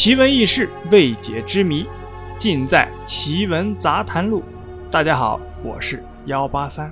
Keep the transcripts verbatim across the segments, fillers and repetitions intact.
奇闻异事、未解之谜，尽在《奇闻杂谈录》。大家好，我是幺八三。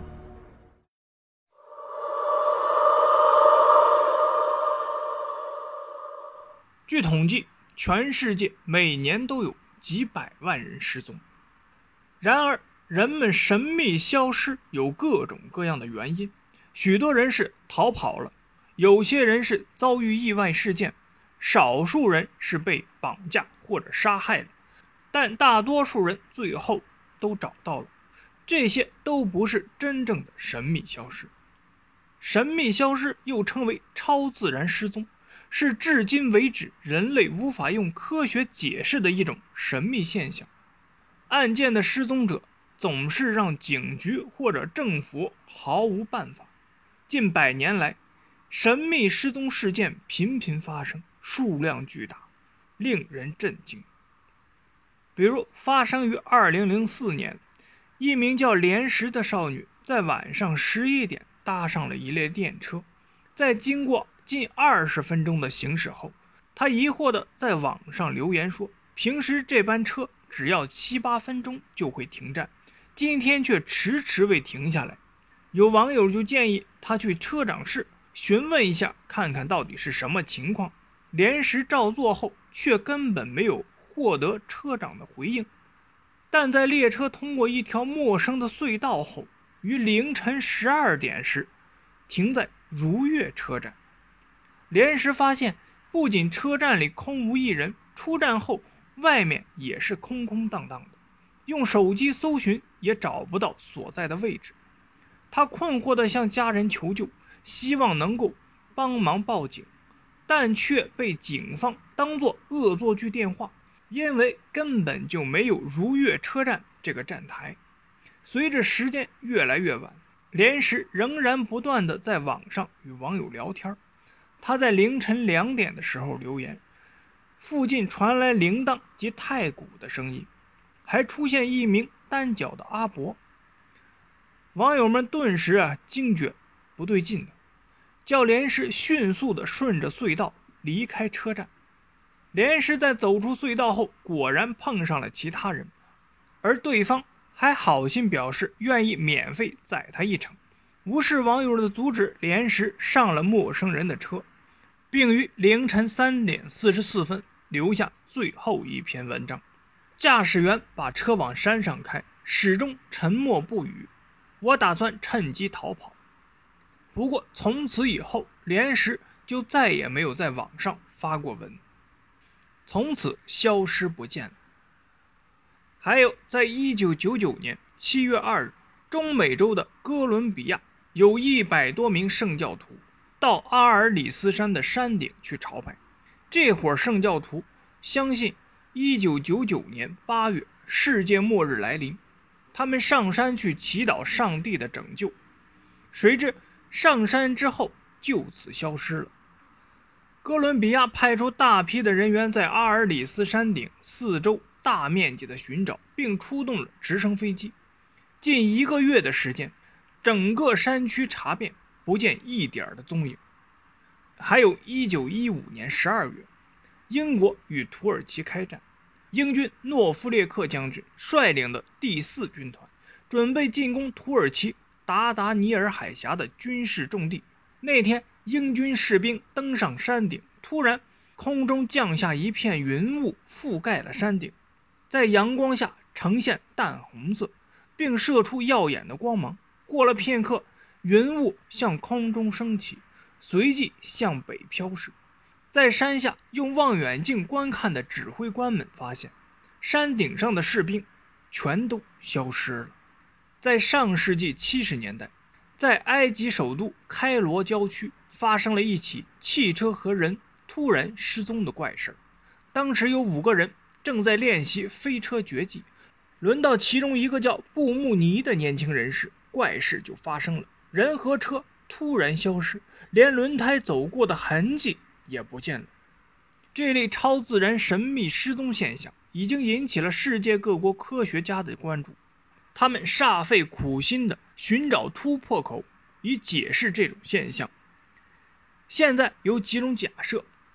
据统计，全世界每年都有几百万人失踪。然而，人们神秘消失有各种各样的原因，许多人是逃跑了，有些人是遭遇意外事件，少数人是被绑架或者杀害了，但大多数人最后都找到了。这些都不是真正的神秘消失。神秘消失又称为超自然失踪，是至今为止人类无法用科学解释的一种神秘现象。案件的失踪者总是让警局或者政府毫无办法。近百年来，神秘失踪事件频频发生，数量巨大，令人震惊。比如发生于二零零四年，一名叫莲石的少女在晚上十一点搭上了一列电车，在经过近二十分钟的行驶后，她疑惑地在网上留言说，平时这班车只要七八分钟就会停站，今天却迟迟未停下来。有网友就建议她去车长室询问一下，看看到底是什么情况。莲石照做后，却根本没有获得车长的回应。但在列车通过一条陌生的隧道后，于凌晨十二点时停在如月车站。莲石发现，不仅车站里空无一人，出站后外面也是空空荡荡的，用手机搜寻也找不到所在的位置。他困惑地向家人求救，希望能够帮忙报警，但却被警方当作恶作剧电话，因为根本就没有如月车站这个站台。随着时间越来越晚，莲石仍然不断地在网上与网友聊天。他在凌晨两点的时候留言，附近传来铃铛及太鼓的声音，还出现一名单脚的阿伯。网友们顿时啊惊觉不对劲了，叫莲石迅速地顺着隧道离开车站。莲石在走出隧道后，果然碰上了其他人，而对方还好心表示愿意免费载他一程。无视网友的阻止，莲石上了陌生人的车，并于凌晨三点四十四分留下最后一篇文章。驾驶员把车往山上开，始终沉默不语。我打算趁机逃跑。不过从此以后，莲石就再也没有在网上发过文，从此消失不见了。还有，在一九九九年七月二日，中美洲的哥伦比亚有一百多名圣教徒到阿尔里斯山的山顶去朝拜。这伙圣教徒相信一九九九年八月世界末日来临，他们上山去祈祷上帝的拯救，谁知上山之后就此消失了。哥伦比亚派出大批的人员在阿尔里斯山顶四周大面积的寻找，并出动了直升飞机。近一个月的时间，整个山区查遍，不见一点的踪影。还有一九一五年十二月，英国与土耳其开战，英军诺夫列克将军率领的第四军团准备进攻土耳其达达尼尔海峡的军事重地。那天，英军士兵登上山顶，突然空中降下一片云雾，覆盖了山顶，在阳光下呈现淡红色，并射出耀眼的光芒。过了片刻，云雾向空中升起，随即向北飘逝。在山下用望远镜观看的指挥官们发现，山顶上的士兵全都消失了。在上世纪七十年代，在埃及首都开罗郊区发生了一起汽车和人突然失踪的怪事。当时有五个人正在练习飞车绝技，轮到其中一个叫布穆尼的年轻人时，怪事就发生了，人和车突然消失，连轮胎走过的痕迹也不见了。这类超自然神秘失踪现象已经引起了世界各国科学家的关注，他们煞费苦心地寻找突破口以解释这种现象。现在有几种假设：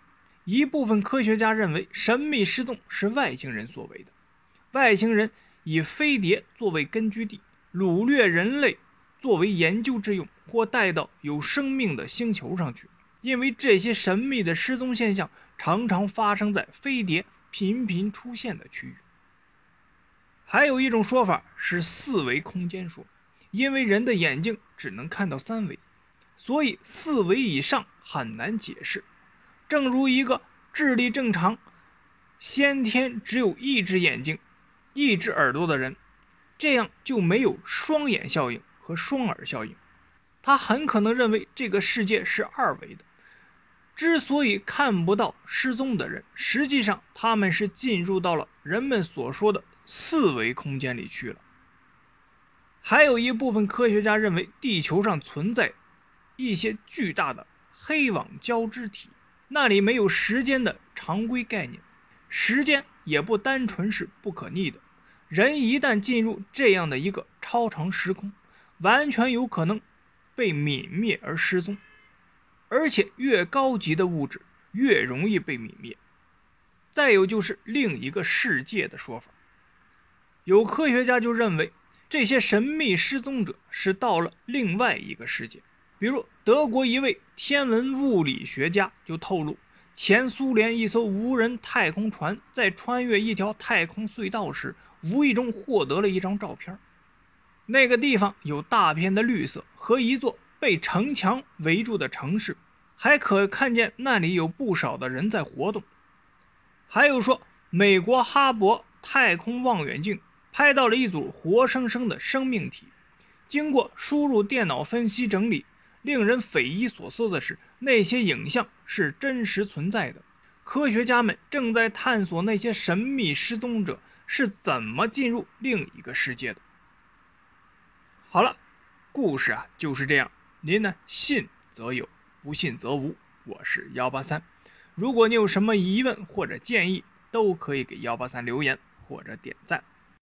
一部分科学家认为神秘失踪是外星人所为的，外星人以飞碟作为根据地，掳掠人类作为研究之用，或带到有生命的星球上去。因为这些神秘的失踪现象常常发生在飞碟频频出现的区域。还有一种说法是四维空间说，因为人的眼睛只能看到三维，所以四维以上很难解释。正如一个智力正常、先天只有一只眼睛、一只耳朵的人，这样就没有双眼效应和双耳效应，他很可能认为这个世界是二维的。之所以看不到失踪的人，实际上他们是进入到了人们所说的四维空间里去了。还有一部分科学家认为地球上存在一些巨大的黑网交织体，那里没有时间的常规概念，时间也不单纯是不可逆的。人一旦进入这样的一个超长时空，完全有可能被泯灭而失踪，而且越高级的物质越容易被泯灭。再有就是另一个世界的说法，有科学家就认为这些神秘失踪者是到了另外一个世界。比如德国一位天文物理学家就透露，前苏联一艘无人太空船在穿越一条太空隧道时，无意中获得了一张照片。那个地方有大片的绿色和一座被城墙围住的城市，还可看见那里有不少的人在活动。还有说，美国哈勃太空望远镜拍到了一组活生生的生命体，经过输入电脑分析整理，令人匪夷所思的是，那些影像是真实存在的。科学家们正在探索那些神秘失踪者是怎么进入另一个世界的。好了，故事啊就是这样，您呢信则有，不信则无。我是幺八三，如果你有什么疑问或者建议，都可以给幺八三留言或者点赞。